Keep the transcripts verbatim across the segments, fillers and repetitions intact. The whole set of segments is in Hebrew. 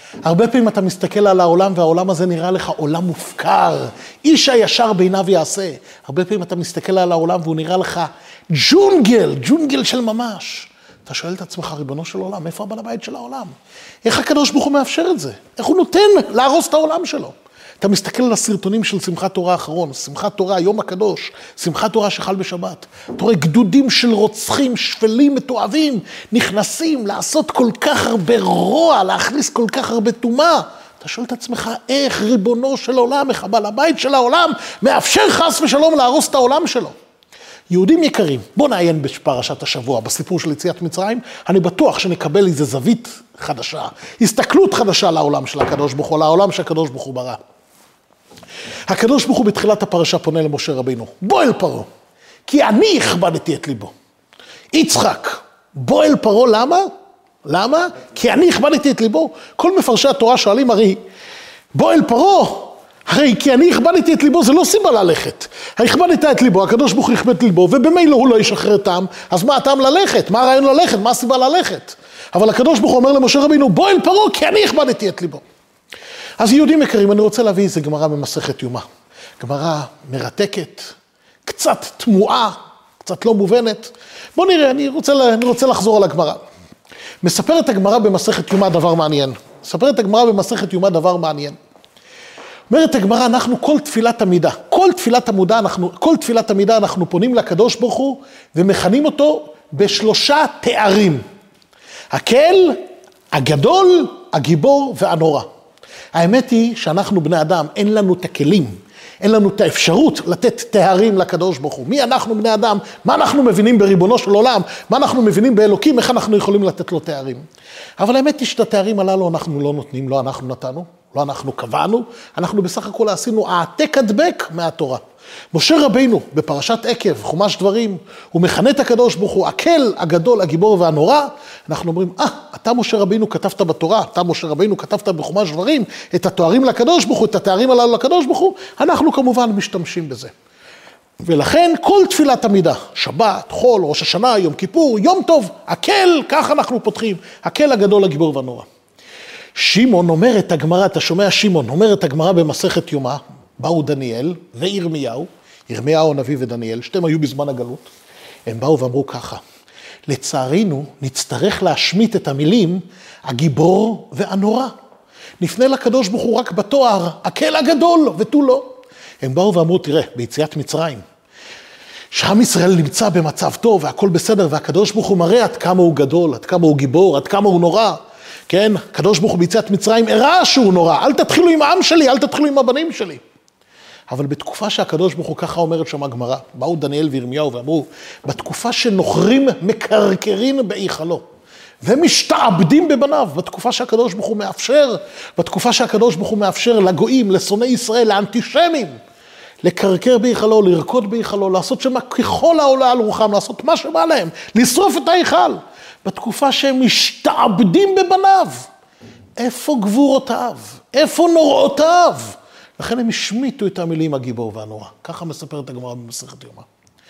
הרבה פעמים אתה מסתכל על העולם, והעולם הזה נראה לך עולם מופקר. איש הישר בעיניו יעשה. הרבה פעמים אתה מסתכל על העולם, והוא נראה לך ג'ונגל, ג'ונגל של ממש. אתה שואל את עצמך, ריבונו של עולם, איפה הבעל הבית של העולם? איך הקדוש ברוך הוא מאפשר את זה? איך הוא נותן להרוס את העולם שלו? אתה מסתכל על הסרטונים של שמחת תורה האחרון, שמחת תורה, היום הקדוש, שמחת תורה שחל בשבת. אתה רואה גדודים של רוצחים, שפלים, מתועבים, נכנסים לעשות כל כך הרבה רוע, להכניס כל כך הרבה טומאה. אתה שואל את עצמך, איך ריבונו של עולם, איך הבעל הבית של העולם, מאפשר חס ושלום להרוס את העולם שלו? יהודים יקרים, בוא נעיין בפרשת השבוע, בסיפור של יציאת מצרים, אני בטוח שנקבל איזו זווית חדשה, הסתכלות חדשה לעולם של הקדוש ברוך הוא, לעולם שהקדוש ברוך הוא ברא. הקדוש ברוך הוא בתחילת הפרשה פונה למשה רבינו, בוא אל פרעה, כי אני הכבדתי את ליבו. יצחק, בוא אל פרעה, למה? למה? כי אני הכבדתי את ליבו. כל מפרשי התורה שואלים, הרי, בוא אל פרעה, הרי כי אני הכבדתי את ליבו, זה לא סיבה ללכת. הכבדת את ליבו, הקדוש ברוך הוא הכבד את ליבו, ובמילא הוא לא ישחרר טעם, אז מה הטעם ללכת? מה הרעיון ללכת? מה הסיבה ללכת? אבל הקדוש ברוך הוא אומר למשה רבינו, בוא אל פרעה, כי אני הכבדתי את ליבו. אז יהודים יקרים, אני רוצה להביא איזה גמרא במסכת יומא. גמרא מרתקת, קצת תמוהה, קצת לא מובנת. בוא נראה, אני רוצה, אני רוצה לחזור על הגמרא. מספרת הגמרא במסכת יומא דבר מעניין. מספרת הגמרא במסכת יומא דבר מעניין. אומרת הגמרא, אנחנו כל תפילת המידה, כל תפילת המודע, אנחנו, כל תפילת המידה אנחנו פונים לקדוש ברוך הוא, ומכנים אותו בשלושה תארים. הקל, הגדול, הגיבור והנורא. האמת היא שאנחנו בני אדם, אין לנו את הכלים, אין לנו את האפשרות לתת תארים לקדוש ברוך הוא. מי אנחנו בני אדם? מה אנחנו מבינים בריבונו של עולם? מה אנחנו מבינים באלוקים? איך אנחנו יכולים לתת לו תארים? אבל האמת היא שאת התארים הללו אנחנו לא נותנים, לא אנחנו נתנו, לא אנחנו קבענו, אנחנו בסך הכל עשינו העתק הדבק מהתורה. משה רבינו בפרשת עקב, חומש דברים, הוא מכנה את הקדוש ברוך הוא, הקל, הגדול, הגיבור והנורא. אנחנו אומרים, אה, אתה משה רבינו כתבת בתורה, אתה משה רבינו כתבת בחומש דברים, את התוארים לקדוש ברוך הוא, את התארים הללו לקדוש ברוך הוא, אנחנו כמובן משתמשים בזה. ולכן כל תפילת המידה, שבת, חול, ראש השנה, יום כיפור, יום טוב, הקל, כך אנחנו פותחים, הקל, הגדול, הגיבור והנורא. שמעון אומר את הגמרא, אתה שומע שמעון, אומר את הגמרא במסכת יומא, באו דניאל וירמיהו, ירמיהו הנביא ודניאל, שתיהם היו בזמן הגלות, הם באו ואמרו ככה, לצערינו נצטרך להשמיט את המילים הגיבור והנורא. נפנה לקדוש ברוך הוא רק בתואר, הקל הגדול ותו לא. הם באו ואמרו, תראה, ביציאת מצרים, שעם ישראל נמצא במצב טוב והכל בסדר, והקדוש ברוך הוא מראה עד כמה הוא גדול, עד כמה הוא גיבור, עד כמה הוא נורא. כן, הקדוש ברוך הוא ביציאת מצרים הראה שהוא נורא, אל תתחילו עם העם שלי, אל תתחילו עם הבנים שלי. אבל בתקופה שהקדוש ברוך הוא ככה אומרת שם הגמרא, באו דניאל וירמיהו ואמרו, בתקופה שנוכרים מקרקרים בהיכלו, ומשתעבדים בבניו, בתקופה שהקדוש ברוך הוא מאפשר, בתקופה שהקדוש ברוך הוא מאפשר לגויים, לשונאי ישראל, לאנטישמים, לקרקר בהיכלו, לרקוד בהיכלו, לעשות שמה ככל העולה על רוחם, לעשות מה שבא להם, לשרוף את ההיכל. בתקופה שהם משתעבדים בבניו, איפה גבורותיו? איפה נוראותיו? לכן הם השמיטו את המילים הגיבור והנורא. ככה מספרת הגמרא במסכת יומא.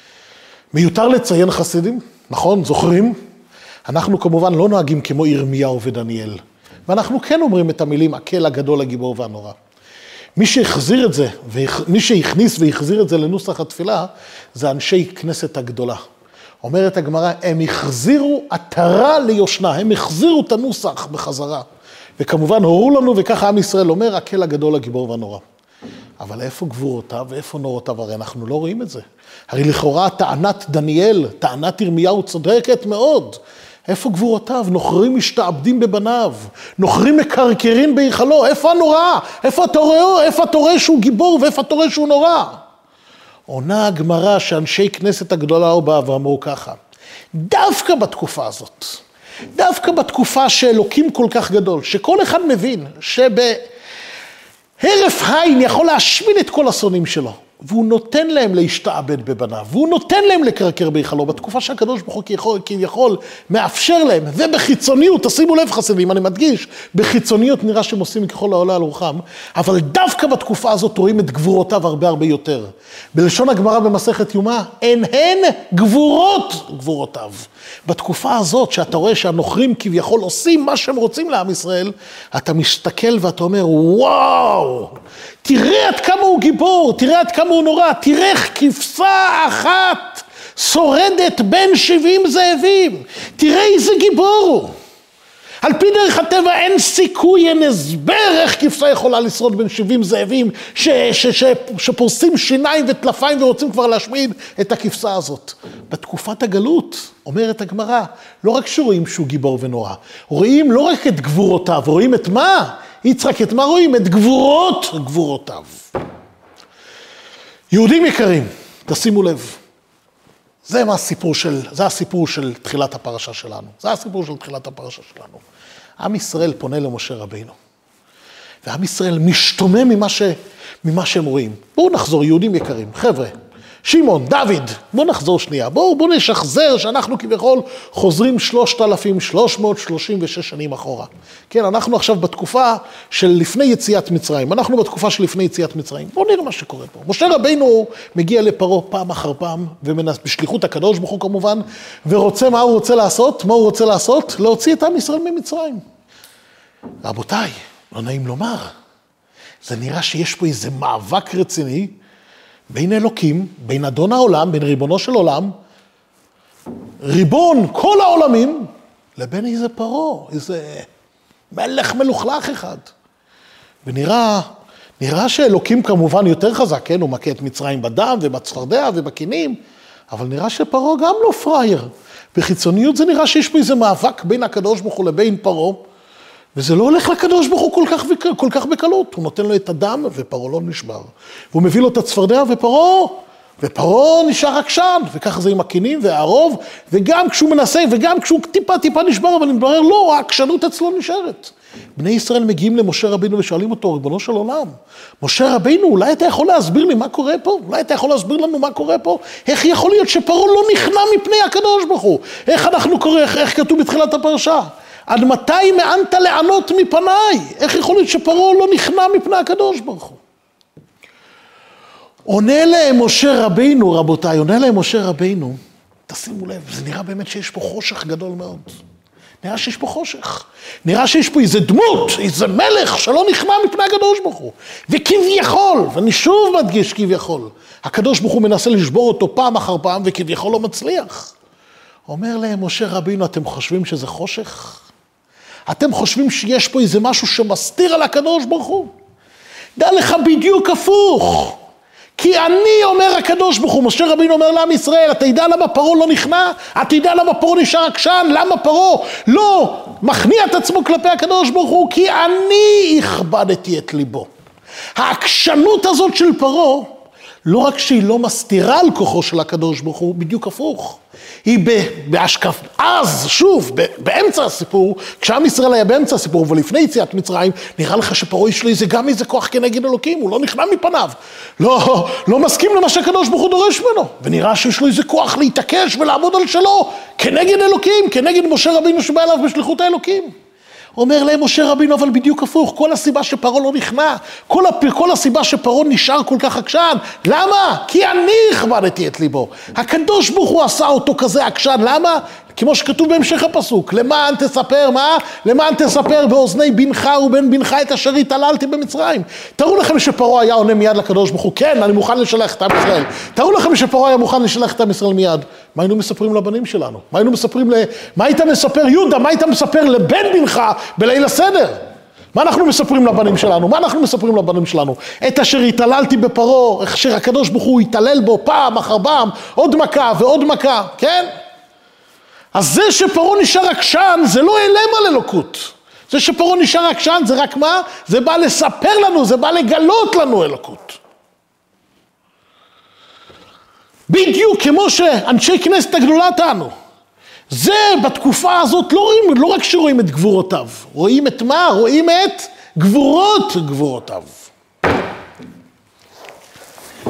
מיותר לציין חסידים, נכון? זוכרים? אנחנו כמובן לא נוהגים כמו ירמיהו ודניאל, ואנחנו כן אומרים את המילים הקל, הגדול, הגיבור והנורא. מי שהחזיר את זה, ומי שהכניס והחזיר את זה לנוסח התפילה, זה אנשי כנסת הגדולה. אומרת הגמרא, הם החזירו עטרה ליושנה, הם החזירו את הנוסח בחזרה. וכמובן הורו לנו, וככה עם ישראל אומר, הקל, הגדול, הגיבור והנורא. אבל איפה גבורותיו ואיפה נורותיו? הרי אנחנו לא רואים את זה. הרי לכאורה טענת דניאל, טענת ירמיהו צודקת מאוד. איפה גבורותיו? נוכרים משתעבדים בבניו, נוכרים מקרקרים בהיכלו. איפה הנורא? איפה אתה רואה? איפה אתה רואה שהוא גיבור ואיפה אתה רואה שהוא נורא? עונה הגמרא שאנשי כנסת הגדולה הוא בא ואמרו ככה, דווקא בתקופה הזאת, דווקא בתקופה שאלוקים כל כך גדול, שכל אחד מבין שבהרף עין יכול להשמיד את כל השונאים שלו, והוא נותן להם להשתעבד בבניו, והוא נותן להם לקרקר בהיכלו, בתקופה שהקדוש ברוך הוא כביכול, כביכול מאפשר להם, ובחיצוניות, תשימו לב חסידים, אני מדגיש, בחיצוניות נראה שהם עושים ככל העולה על רוחם, אבל דווקא בתקופה הזאת רואים את גבורותיו הרבה הרבה יותר. בלשון הגמרא במסכת יומא, הן הן גבורות גבורותיו. בתקופה הזאת שאתה רואה שהנוכרים כביכול עושים מה שהם רוצים לעם ישראל, אתה מסתכל ואתה אומר, וואו, תראה עד כמה הוא גיבור, תראה עד כמה הוא נורא, תראה איך כבשה אחת שורדת בין שבעים זאבים, תראה איזה גיבור הוא. על פי דרך הטבע אין סיכוי, אין הסבר איך כבשה יכולה לשרוד בין שבעים זאבים ש, ש, ש, שפורסים שיניים וטלפיים ורוצים כבר להשמיד את הכבשה הזאת. בתקופת הגלות, אומרת הגמרא, לא רק שרואים שהוא גיבור ונורא, רואים לא רק את גבורותיו, רואים את מה? יצחק, את מה רואים? את גבורות גבורותיו. יהודים יקרים, תשימו לב, זה מה הסיפור של, זה הסיפור של תחילת הפרשה שלנו. זה הסיפור של תחילת הפרשה שלנו. עם ישראל פונה למשה רבינו. ועם ישראל משתומם ממה, ש, ממה שהם רואים. בואו נחזור, יהודים יקרים, חבר'ה. שמעון, דוד, בואו נחזור שנייה. בואו בוא נשחזר שאנחנו כביכול חוזרים שלושת אלפים שלוש מאות שלושים ושש שנים אחורה. כן, אנחנו עכשיו בתקופה של לפני יציאת מצרים. אנחנו בתקופה של לפני יציאת מצרים. בואו נראה מה שקורה פה. משה רבינו מגיע לפרעה פעם אחר פעם, ומנס, בשליחות הקדוש ברוך הוא כמובן, ורוצה, מה הוא רוצה לעשות? מה הוא רוצה לעשות? להוציא את עם ישראל ממצרים. רבותיי, לא נעים לומר. זה נראה שיש פה איזה מאבק רציני, בין אלוקים, בין אדון העולם, בין ריבונו של עולם, ריבון כל העולמים, לבין איזה פרעה, איזה מלך מלוכלך אחד. ונראה, נראה שאלוקים כמובן יותר חזק, כן? הוא מכה את מצרים בדם ובצפרדע ובכינים, אבל נראה שפרעה גם לא פרייר. בחיצוניות זה נראה שיש פה איזה מאבק בין הקדוש ברוך הוא לבין פרעה, וזה לא הולך לקדוש ברוך הוא כל כך, כל כך בקלות. הוא נותן לו את הדם ופרעה לא נשבר. והוא מביא לו את הצפרדע ופרעה, ופרעה נשאר עקשן, וככה זה עם הכינים והערוב, וגם כשהוא מנסה, וגם כשהוא טיפה טיפה נשבר, אבל נתברר לא, העקשנות אצלו נשארת. בני ישראל מגיעים למשה רבינו ושואלים אותו, ריבונו של עולם, משה רבינו, אולי אתה יכול להסביר לי מה קורה פה? אולי אתה יכול להסביר לנו מה קורה פה? איך יכול להיות שפרעה לא נכנע מפני הקדוש ברוך הוא? איך אנחנו קוראים, איך, איך כתוב בתחילת הפרשה? עד מתי מענת לענות מפניי? איך יכול להיות שפרעה לא נכנע מפני הקדוש ברוך הוא? עונה להם משה רבינו, רבותיי, עונה להם משה רבינו, תשימו לב, זה נראה באמת שיש פה חושך גדול מאוד. נראה שיש פה חושך. נראה שיש פה איזה דמות, איזה מלך שלא נכנע מפני הקדוש ברוך הוא. וכביכול, ואני שוב מדגיש כביכול, הקדוש ברוך הוא מנסה לשבור אותו פעם אחר פעם, וכביכול לא מצליח. אומר להם משה רבינו, אתם חושבים שזה חושך? אתם חושבים שיש פה איזה משהו שמסתיר על הקדוש ברוך הוא? דע לך בדיוק הפוך. כי אני אומר הקדוש ברוך הוא, משה רבינו אומר לעם ישראל, אתה יודע למה פרעה לא נכנע? אתה יודע למה פרעה נשאר עקשן? למה פרעה לא מכניע את עצמו כלפי הקדוש ברוך הוא? כי אני הכבדתי את ליבו. העקשנות הזאת של פרעה, לא רק שהיא לא מסתירה על כוחו של הקדוש ברוך הוא, בדיוק הפוך. היא בהשקף, אז שוב, באמצע הסיפור, כשעם ישראל היה באמצע הסיפור, ולפני יציאת מצרים, נראה לך שפרעה יש לו איזה, גם איזה כוח כנגד אלוקים, הוא לא נכנע מפניו, לא, לא מסכים למה שהקדוש ברוך הוא דורש ממנו, ונראה שיש לו איזה כוח להתעקש ולעמוד על שלו, כנגד אלוקים, כנגד משה רבינו שבא אליו בשליחות האלוקים. אומר להם משה רבינו, אבל בדיוק הפוך, כל הסיבה שפרעה לא נכנע, כל, הפ... כל הסיבה שפרעה נשאר כל כך עקשן, למה? כי אני הכבדתי את ליבו. הקדוש ברוך הוא עשה אותו כזה עקשן, למה? כמו שכתוב בהמשך הפסוק, למען תספר, מה? למען תספר באוזני בנך ובן בנך את אשר התעללתי במצרים. תראו לכם שפרעה היה עונה מיד לקדוש ברוך הוא, כן, אני מוכן לשלח את עם ישראל. תראו לכם שפרעה היה מוכן לשלח את עם ישראל מיד. מה היינו מספרים לבנים שלנו? מה היינו מספרים ל... מה היית מספר יהודה? מה היית מספר לבן בנך בליל הסדר? מה אנחנו מספרים לבנים שלנו? מה אנחנו מספרים לבנים שלנו? את אשר התעללתי בפרעה, אשר הקדוש ברוך הוא התעלל בו פעם אחר פעם, עוד מכה ועוד מכה, כן? אז זה שפרעה נשאר עקשן, זה לא אילם על אלוקות. זה שפרעה נשאר עקשן, זה רק מה? זה בא לספר לנו, זה בא לגלות לנו אלוקות. בדיוק כמו שאנשי כנסת הגדולה טענו. זה בתקופה הזאת לא רואים, לא רק שרואים את גבורותיו, רואים את מה? רואים את גבורות גבורותיו.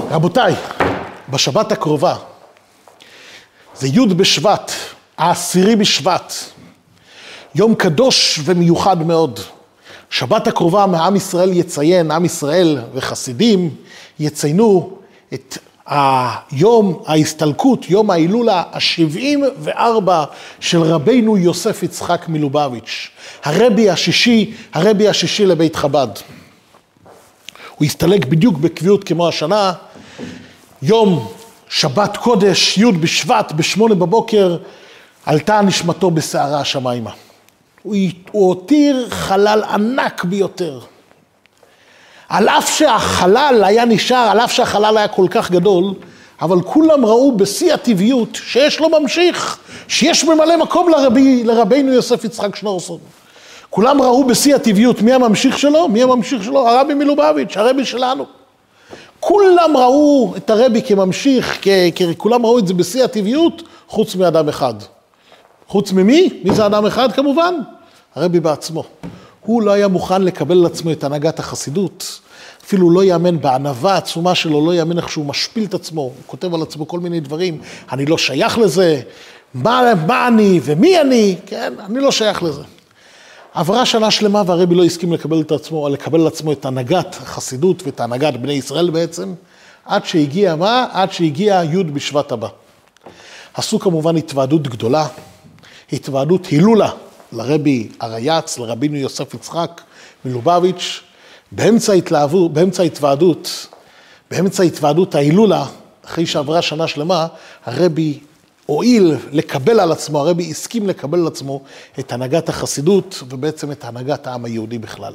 רבותיי, בשבת הקרובה, זה י' בשבט, העשירי בשבט, יום קדוש ומיוחד מאוד. שבת הקרובה מעם ישראל יציין, עם ישראל וחסידים יציינו את היום ההסתלקות, יום ההילולה ה-שבעים וארבע של רבינו יוסף יצחק מלובביץ', הרבי השישי, הרבי השישי לבית חב"ד. הוא הסתלק בדיוק בקביעות כמו השנה, יום שבת קודש, י' בשבט, בשמונה בבוקר, עלתה נשמתו בסערה השמיימה. הוא, הוא הותיר חלל ענק ביותר. על אף שהחלל היה נשאר, על אף שהחלל היה כל כך גדול, אבל כולם ראו בשיא הטבעיות שיש לו ממשיך, שיש ממלא מקום לרבי, לרבינו יוסף יצחק שניאורסון. כולם ראו בשיא הטבעיות מי הממשיך שלו, מי הממשיך שלו, הרבי מלובביץ', הרבי שלנו. כולם ראו את הרבי כממשיך, כי כולם ראו את זה בשיא הטבעיות, חוץ מאדם אחד. חוץ ממי? מי זה אדם אחד כמובן? הרבי בעצמו. הוא לא היה מוכן לקבל על עצמו את הנהגת החסידות, אפילו לא יאמן בענווה העצומה שלו, לא יאמן איך שהוא משפיל את עצמו, הוא כותב על עצמו כל מיני דברים, אני לא שייך לזה, מה, מה אני ומי אני, כן, אני לא שייך לזה. עברה שנה שלמה והרבי לא הסכים לקבל את עצמו, לקבל על עצמו את הנהגת החסידות ואת הנהגת בני ישראל בעצם, עד שהגיע מה? עד שהגיע י' בשבט הבא. עשו כמובן התוועדות גדולה, התוועדות הילולה לרבי הרייץ, לרבינו יוסף יצחק מלובביץ', באמצע התלהבו, באמצע התוועדות, באמצע התוועדות ההילולה, אחרי שעברה שנה שלמה, הרבי הועיל לקבל על עצמו, הרבי הסכים לקבל על עצמו את הנהגת החסידות, ובעצם את הנהגת העם היהודי בכלל.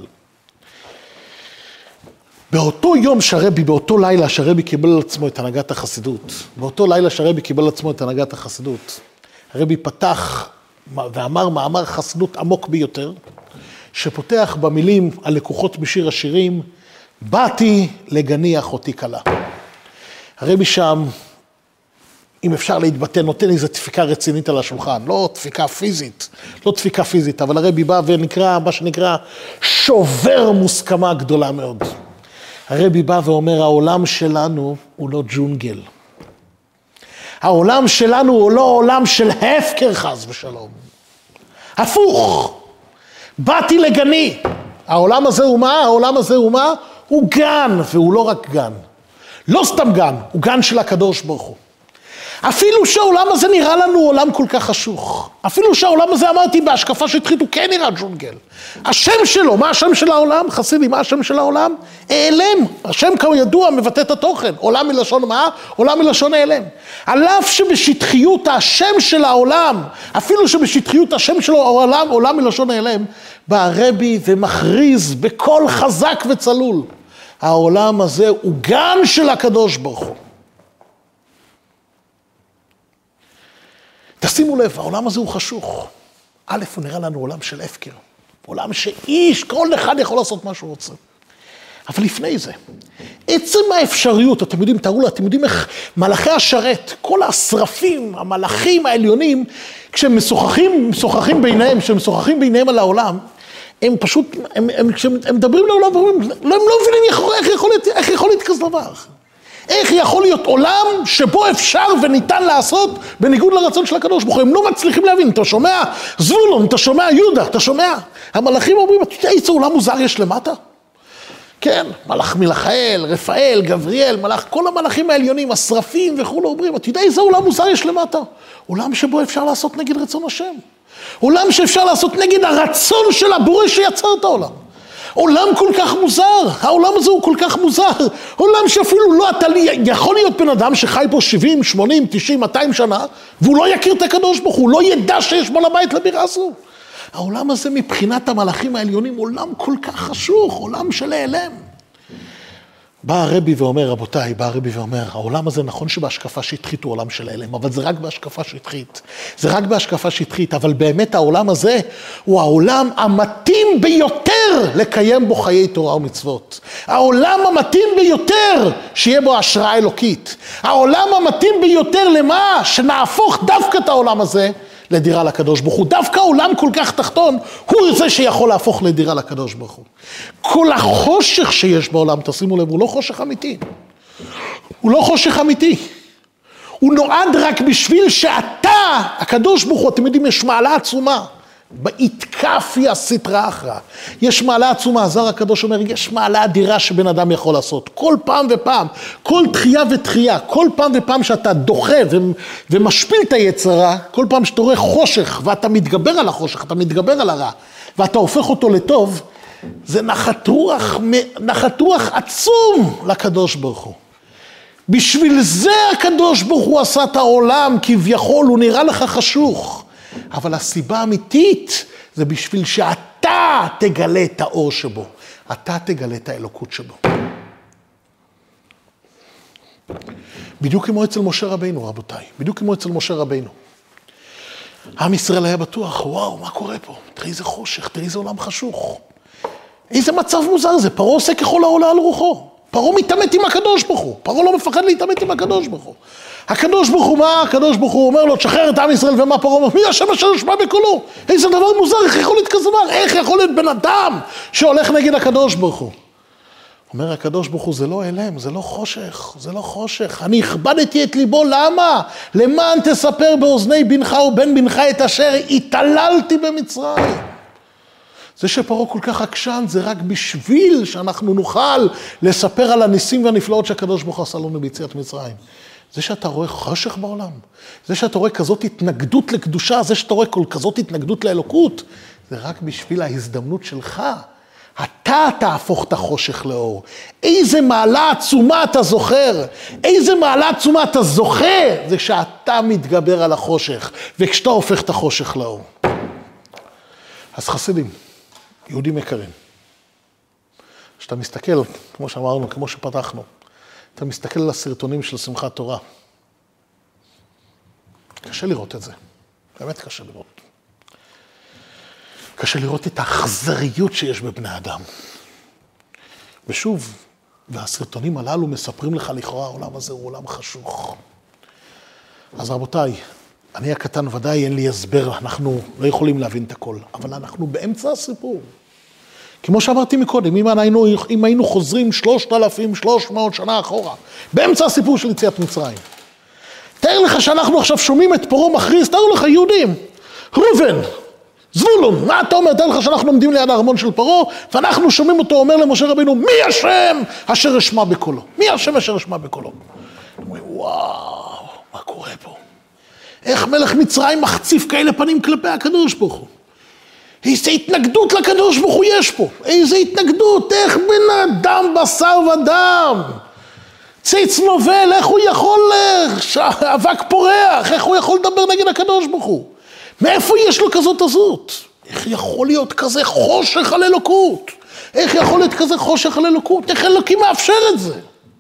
באותו יום שהרבי, באותו לילה שהרבי קיבל על עצמו את הנהגת החסידות, באותו לילה שהרבי קיבל על עצמו את הנהגת החסידות, הרבי פתח ואמר מאמר חסידות עמוק ביותר, שפותח במילים הלקוחות משיר השירים, באתי לגני אחותי כלה. הרבי שם, אם אפשר להתבטא, נותן איזו דפיקה רצינית על השולחן, לא דפיקה פיזית, לא דפיקה פיזית, אבל הרבי בא ונקרא, מה שנקרא, שובר מוסכמה גדולה מאוד. הרבי בא ואומר, העולם שלנו הוא לא ג'ונגל. העולם שלנו הוא לא עולם של הפקר חס ושלום. הפוך. באתי לגני. העולם הזה הוא מה? העולם הזה הוא מה? הוא גן, והוא לא רק גן. לא סתם גן, הוא גן של הקדוש ברוך הוא. אפילו שהעולם הזה נראה לנו עולם כל כך חשוך. אפילו שהעולם הזה, אמרתי, בהשקפה שטחית, הוא כן נראה ג'ונגל. השם שלו, מה השם של העולם? חסידי, מה השם של העולם? העלם. השם כידוע מבטא את התוכן. עולם מלשון מה? עולם מלשון העלם. על אף שבשטחיות השם של העולם, אפילו שבשטחיות השם שלו העולם, עולם מלשון העלם, בא הרבי ומכריז בקול חזק וצלול. העולם הזה הוא גן של הקדוש ברוך הוא. תשימו לב, העולם הזה הוא חשוך. א', הוא נראה לנו עולם של הפקר. עולם שאיש, כל אחד יכול לעשות מה שהוא רוצה. אבל לפני זה, עצם האפשריות, אתם יודעים, תראו לה, אתם יודעים איך מלאכי השרת, כל השרפים, המלאכים העליונים, כשהם משוחחים, משוחחים ביניהם, כשהם משוחחים ביניהם על העולם, הם פשוט, הם, הם, כשהם הם מדברים לעולם, ואומרים, לא, הם לא מבינים איך, איך יכול להיות, איך יכול להיות כזה דבר. איך יכול להיות עולם שבו אפשר וניתן לעשות בניגוד לרצון של הקדוש ברוך הוא? הם לא מצליחים להבין. אתה שומע זבולון, אתה שומע יהודה, אתה שומע? המלאכים אומרים, אתה יודע איזה עולם מוזר יש למטה? כן, מלאך מלאכיאל, רפאל, גבריאל, מלאך, כל המלאכים העליונים, השרפים וכו' אומרים, אתה יודע איזה עולם מוזר יש למטה? עולם שבו אפשר לעשות נגד רצון השם. עולם שאפשר לעשות נגד הרצון של הבורא שיצר את העולם. עולם כל כך מוזר, העולם הזה הוא כל כך מוזר, עולם שאפילו לא, אתה יכול להיות בן אדם שחי פה שבעים, שמונים, תשעים, מאתיים שנה, והוא לא יכיר את הקדוש ברוך הוא, לא ידע שיש בו לבית לבירה הזו. העולם הזה מבחינת המלאכים העליונים, עולם כל כך חשוך, עולם של העלם. בא הרבי ואומר, רבותיי, בא הרבי ואומר, העולם הזה נכון שבהשקפה שטחית הוא עולם של העלם, אבל זה רק בהשקפה שטחית. זה רק בהשקפה שטחית, אבל באמת העולם הזה הוא העולם המתאים ביותר לקיים בו חיי תורה ומצוות. העולם המתאים ביותר שיהיה בו השראה אלוקית. העולם המתאים ביותר למה? שנהפוך דווקא את העולם הזה לדירה לקדוש ברוך הוא. דווקא עולם כל כך תחתון, הוא זה שיכול להפוך לדירה לקדוש ברוך הוא. כל החושך שיש בעולם, תשימו לב, הוא לא חושך אמיתי. הוא לא חושך אמיתי. הוא נועד רק בשביל שאתה, הקדוש ברוך הוא, אתם יודעים, יש מעלה עצומה. בהתקפי הסתרא אחרא. יש מעלה עצומה, הזר הקדוש אומר, יש מעלה אדירה שבן אדם יכול לעשות. כל פעם ופעם, כל תחייה ותחייה, כל פעם ופעם שאתה דוחה ומשפיל את היצרה, כל פעם שאתה רואה חושך ואתה מתגבר על החושך, אתה מתגבר על הרע, ואתה הופך אותו לטוב, זה נחת רוח, נחת רוח עצום לקדוש ברוך הוא. בשביל זה הקדוש ברוך הוא עשה את העולם, כביכול הוא נראה לך חשוך. אבל הסיבה האמיתית זה בשביל שאתה תגלה את האור שבו. אתה תגלה את האלוקות שבו. בדיוק כמו אצל משה רבינו, רבותיי. בדיוק כמו אצל משה רבינו. עם ישראל היה בטוח, וואו, מה קורה פה? תראי איזה חושך, תראי איזה עולם חשוך. איזה מצב מוזר זה, פרעה עושה ככל העולה על רוחו. פרעה מתעמת עם הקדוש ברוך הוא. פרעה לא מפחד להתעמת עם הקדוש ברוך הוא. הקדוש ברוך הוא מה? הקדוש ברוך הוא אומר לו, תשחרר את עם ישראל, ומה פרעה אומר? מי השם אשר ישמע בקולו? איזה דבר מוזר, איך יכול להיות כזה דבר? איך יכול להיות בן אדם שהולך נגד הקדוש ברוך הוא? אומר הקדוש ברוך הוא, זה לא אלם, זה לא חושך, זה לא חושך. אני הכבדתי את ליבו, למה? למען תספר באוזני בנך ובן בנך את אשר התעללתי במצרים. זה שפרעה כל כך עקשן, זה רק בשביל שאנחנו נוכל לספר על הניסים והנפלאות שהקדוש ברוך הוא עשה לנו ביציאת מצרים. זה שאתה רואה חושך בעולם, זה שאתה רואה כזאת התנגדות לקדושה, זה שאתה רואה כל כזאת התנגדות לאלוקות, זה רק בשביל ההזדמנות שלך. אתה תהפוך את החושך לאור. איזה מעלה עצומה אתה זוכר, איזה מעלה עצומה אתה זוכר, זה שאתה מתגבר על החושך, וכשאתה הופך את החושך לאור. אז חסידים, יהודים יקרים, כשאתה מסתכל, כמו שאמרנו, כמו שפתחנו, אתה מסתכל על הסרטונים של שמחת תורה. קשה לראות את זה. באמת קשה לראות. קשה לראות את האכזריות שיש בבני אדם. ושוב, והסרטונים הללו מספרים לך לכאורה, העולם הזה הוא עולם חשוך. אז רבותיי, אני הקטן ודאי, אין לי הסבר, אנחנו לא יכולים להבין את הכל, אבל אנחנו באמצע הסיפור. כמו שאמרתי מקודם, אם היינו, אם היינו חוזרים שלושת אלפים ושלוש מאות שנה אחורה, באמצע הסיפור של יציאת מצרים. תאר לך שאנחנו עכשיו שומעים את פרעה מכריז, תאר לך יהודים, ראובן, זבולון, מה אתה אומר? תאר לך שאנחנו עומדים ליד הארמון של פרעה, ואנחנו שומעים אותו אומר למשה רבינו, מי השם אשר ישמע בקולו? מי השם אשר ישמע בקולו? אומרים, וואו, מה קורה פה? איך מלך מצרים מחציף כאלה פנים כלפי הקדוש ברוך הוא? איזה התנגדות לקדוש ברוך הוא יש פה. איזה התנגדות, איך בן אדם בשר ודם. ציץ נובל, איך הוא יכול, אבק פורח, איך הוא יכול לדבר נגד הקדוש ברוך הוא? מאיפה יש לו כזאת הזאת? איך יכול להיות כזה חושך על אלוקות? איך יכול להיות כזה חושך על אלוקות? איך אלוקים מאפשר את זה?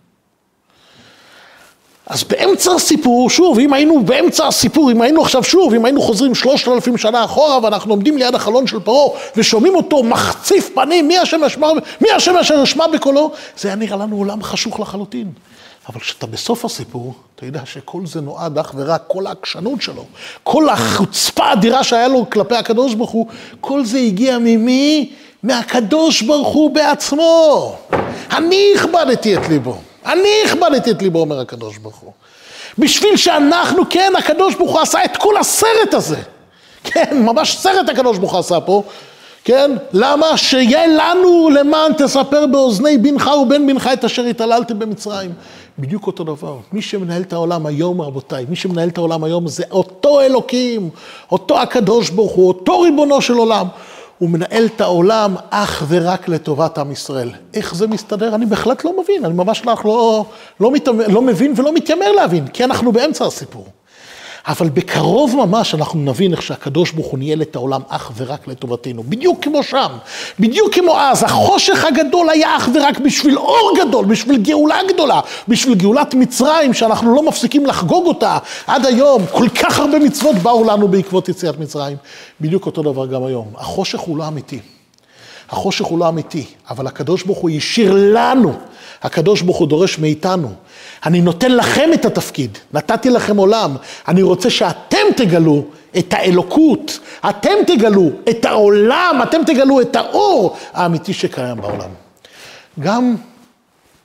אז באמצע הסיפור, שוב, אם היינו באמצע הסיפור, אם היינו עכשיו שוב, אם היינו חוזרים שלושת אלפים שנה אחורה, ואנחנו עומדים ליד החלון של פרעה, ושומעים אותו מחציף פנים, מי השם ישמע, מי השם אשר ישמע בקולו, זה היה נראה לנו עולם חשוך לחלוטין. אבל כשאתה בסוף הסיפור, אתה יודע שכל זה נועד אך ורק, כל העקשנות שלו, כל החוצפה האדירה שהיה לו כלפי הקדוש ברוך הוא, כל זה הגיע ממי? מהקדוש ברוך הוא בעצמו. אני הכבדתי את ליבו. אני הכבדתי את ליבו, אומר הקדוש ברוך הוא. בשביל שאנחנו, כן, הקדוש ברוך הוא עשה את כל הסרט הזה. כן, ממש סרט הקדוש ברוך הוא עשה פה. כן, למה? שיהיה לנו למען תספר באוזני בנך ובן בנך את אשר התעללתם במצרים. בדיוק אותו דבר. מי שמנהל את העולם היום, רבותיי, מי שמנהל את העולם היום זה אותו אלוקים, אותו הקדוש ברוך הוא, אותו ריבונו של עולם. הוא מנהל את העולם אך ורק לטובת עם ישראל. איך זה מסתדר? אני בהחלט לא מבין. אני ממש לא, לא, מתאמר, לא מבין ולא מתיימר להבין, כי אנחנו באמצע הסיפור. אבל בקרוב ממש אנחנו נבין איך שהקדוש ברוך הוא ניהל את העולם אך ורק לטובתנו. בדיוק כמו שם, בדיוק כמו אז, החושך הגדול היה אך ורק בשביל אור גדול, בשביל גאולה גדולה, בשביל גאולת מצרים שאנחנו לא מפסיקים לחגוג אותה עד היום. כל כך הרבה מצוות באו לנו בעקבות יציאת מצרים. בדיוק אותו דבר גם היום. החושך הוא לא אמיתי. החושך הוא לא אמיתי, אבל הקדוש ברוך הוא ישיר לנו. הקדוש ברוך הוא דורש מאיתנו. אני נותן לכם את התפקיד, נתתי לכם עולם. אני רוצה שאתם תגלו את האלוקות, אתם תגלו את העולם, אתם תגלו את האור האמיתי שקיים בעולם. גם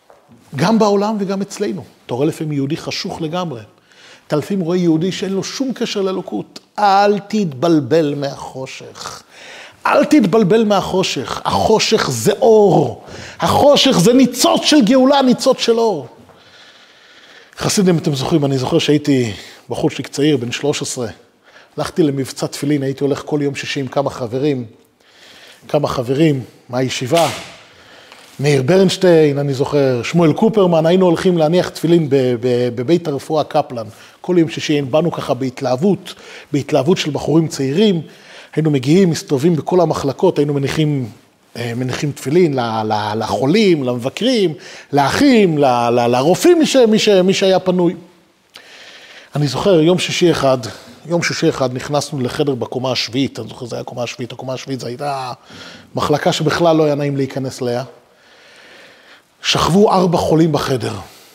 גם בעולם וגם אצלנו. אתה רואה לפעמים יהודי חשוך לגמרי. אתה לפעמים רואה יהודי שאין לו שום קשר לאלוקות. אל תתבלבל מהחושך. אל תתבלבל מהחושך. החושך זה אור. החושך זה ניצוץ של גאולה, ניצוץ של אור. חסידים, אתם זוכרים, אני זוכר שהייתי בחור שלי צעיר, בן שלוש עשרה. הלכתי למבצע תפילין, הייתי הולך כל יום שישי עם כמה חברים, כמה חברים מהישיבה. מאיר ברנשטיין, אני זוכר, שמואל קופרמן, היינו הולכים להניח תפילין בבית הרפואה קפלן. כל יום שישי באנו ככה בהתלהבות, בהתלהבות של בחורים צעירים. היינו מגיעים, מסתובבים בכל המחלקות, היינו מניחים, מניחים תפילין לחולים, למבקרים, לאחים, לרופאים, מי, ש, מי שהיה פנוי. אני זוכר, יום שישי אחד, יום שישי אחד נכנסנו לחדר בקומה השביעית, אני זוכר, זה היה קומה השביעית, הקומה השביעית, זו הייתה מחלקה שבכלל לא היה נעים להיכנס אליה. שכבו ארבע חולים בחדר.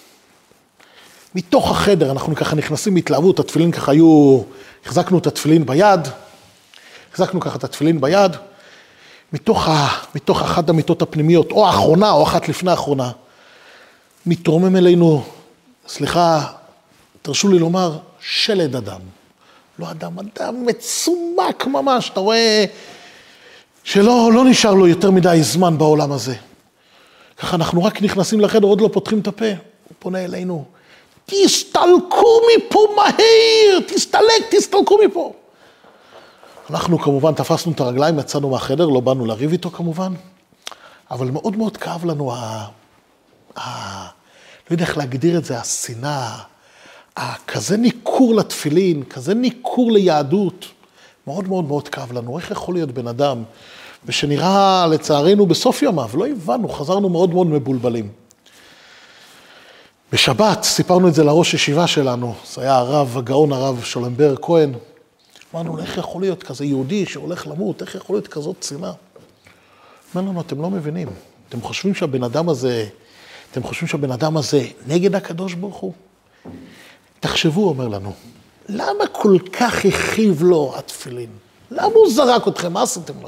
מתוך החדר, אנחנו ככה נכנסים בהתלהבות, התפילין ככה היו, החזקנו את התפילין ביד, החזקנו ככה את התפילין ביד, מתוך, ה, מתוך אחת המיטות הפנימיות, או האחרונה, או אחת לפני האחרונה, מתרומם אלינו, סליחה, תרשו לי לומר, שלד אדם. לא אדם, אדם מצומק ממש, אתה רואה שלא לא נשאר לו יותר מדי זמן בעולם הזה. ככה אנחנו רק נכנסים לחדר, עוד לא פותחים את הפה, הוא פונה אלינו, תסתלקו מפה מהר, תסתלק, תסתלקו מפה. אנחנו כמובן תפסנו את הרגליים, יצאנו מהחדר, לא באנו לריב איתו כמובן, אבל מאוד מאוד כאב לנו, ה... ה... לא יודע איך להגדיר את זה, השנאה, כזה ניכור לתפילין, כזה ניכור ליהדות, מאוד מאוד מאוד כאב לנו. איך יכול להיות בן אדם, ושנראה לצערנו בסוף ימיו, לא הבנו, חזרנו מאוד מאוד מבולבלים. בשבת סיפרנו את זה לראש ישיבה שלנו, זה היה הרב, הגאון הרב שולמבר כהן, אמרנו, איך יכול להיות כזה יהודי שהולך למות, איך יכול להיות כזאת שנאה? אמרנו לנו, אתם לא מבינים, אתם חושבים שהבן אדם הזה, אתם חושבים שהבן אדם הזה נגד הקדוש ברוך הוא? תחשבו, אומר לנו, למה כל כך הכאיב לו התפילין? למה הוא זרק אתכם? מה עשיתם לו?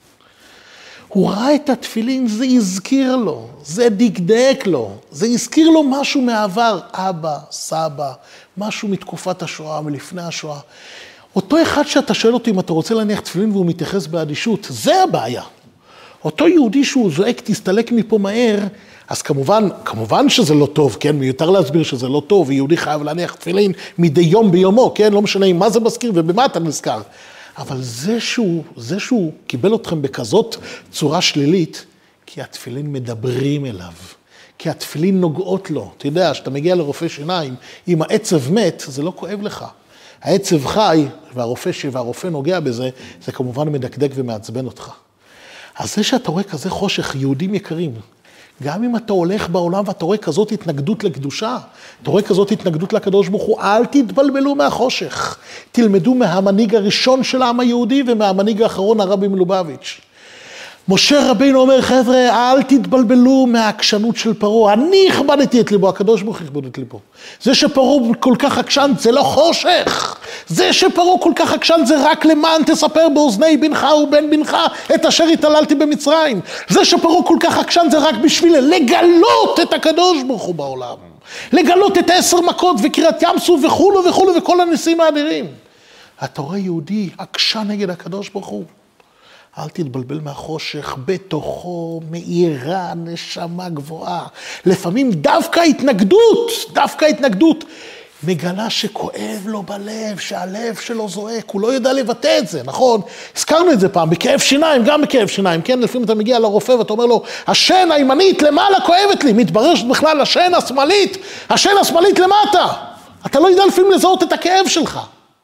הוא ראה את התפילין, זה הזכיר לו, זה דקדק לו, זה הזכיר לו משהו מעבר, אבא, סבא, משהו מתקופת השואה, מלפני השואה. אותו אחד שאתה שואל אותי אם אתה רוצה להניח תפילין והוא מתייחס באדישות, זה הבעיה. אותו יהודי שהוא זועק, תסתלק מפה מהר, אז כמובן, כמובן שזה לא טוב, כן? מיותר להסביר שזה לא טוב, ויהודי חייב להניח תפילין מדי יום ביומו, כן? לא משנה מה זה מזכיר ובמה אתה נזכר. אבל זה שהוא, זה שהוא קיבל אתכם בכזאת צורה שלילית, כי התפילין מדברים אליו, כי התפילין נוגעות לו. אתה יודע, שאתה מגיע לרופא שיניים, אם העצב מת, זה לא כואב לך. העצב חי, והרופא, והרופא נוגע בזה, זה כמובן מדקדק ומעצבן אותך. אז זה שאתה רואה כזה חושך, יהודים יקרים, גם אם אתה הולך בעולם ואתה רואה כזאת התנגדות לקדושה, אתה רואה כזאת התנגדות לקדוש ברוך הוא, אל תתבלבלו מהחושך. תלמדו מהמנהיג הראשון של העם היהודי ומהמנהיג האחרון, הרבי מלובביץ'. משה רבינו אומר, חבר'ה, אל תתבלבלו מהעקשנות של פרעה. אני הכבדתי את ליבו, הקדוש ברוך הוא הכבד את ליבו. זה שפרעה כל כך עקשן, זה לא חושך. זה שפרעה כל כך עקשן, זה רק למען תספר באוזני בנך ובן בנך את אשר התעללתי במצרים. זה שפרעה כל כך עקשן, זה רק בשביל לגלות את הקדוש ברוך הוא בעולם. לגלות את עשר מכות וקריאת ים סוף וכולו וכולו וכל הניסים האדירים. אתה רואה יהודי עקשן נגד הקדוש ברוך הוא. אל תתבלבל מהחושך, בתוכו מאירה נשמה גבוהה. לפעמים דווקא התנגדות, דווקא התנגדות, מגלה שכואב לו בלב, שהלב שלו זועק, הוא לא יודע לבטא את זה, נכון? הזכרנו את זה פעם, בכאב שיניים, גם בכאב שיניים, כן? לפעמים אתה מגיע לרופא ואתה אומר לו, השן הימנית למעלה כואבת לי, מתברר שבכלל השן השמאלית, השן השמאלית למטה. אתה לא יודע לפעמים לזהות את הכאב שלך.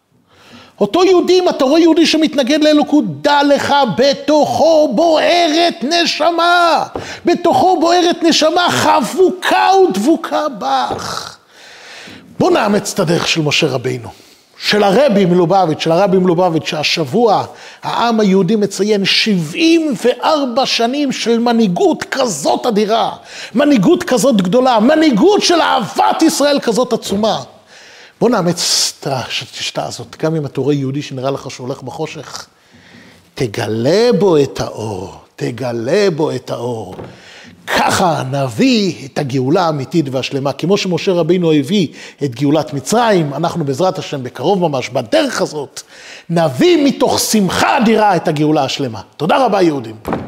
אותו יהודי, אם אתה רואה יהודי שמתנגד לאלוקות, דע לך, בתוכו בוערת נשמה. בתוכו בוערת נשמה, חבוקה ודבוקה בך. בוא נאמץ את הדרך של משה רבינו, של הרבי מלובביץ', של הרבי מלובביץ', שהשבוע העם היהודי מציין שבעים וארבע שנים של מנהיגות כזאת אדירה, מנהיגות כזאת גדולה, מנהיגות של אהבת ישראל כזאת עצומה. בוא נאמץ את השיטה הזאת, גם אם אתה רואה יהודי שנראה לך שהולך בחושך, תגלה בו את האור, תגלה בו את האור. ככה נביא את הגאולה האמיתית והשלמה, כמו שמשה רבינו הביא את גאולת מצרים, אנחנו בעזרת השם בקרוב ממש בדרך הזאת, נביא מתוך שמחה אדירה את הגאולה השלמה. תודה רבה יהודים.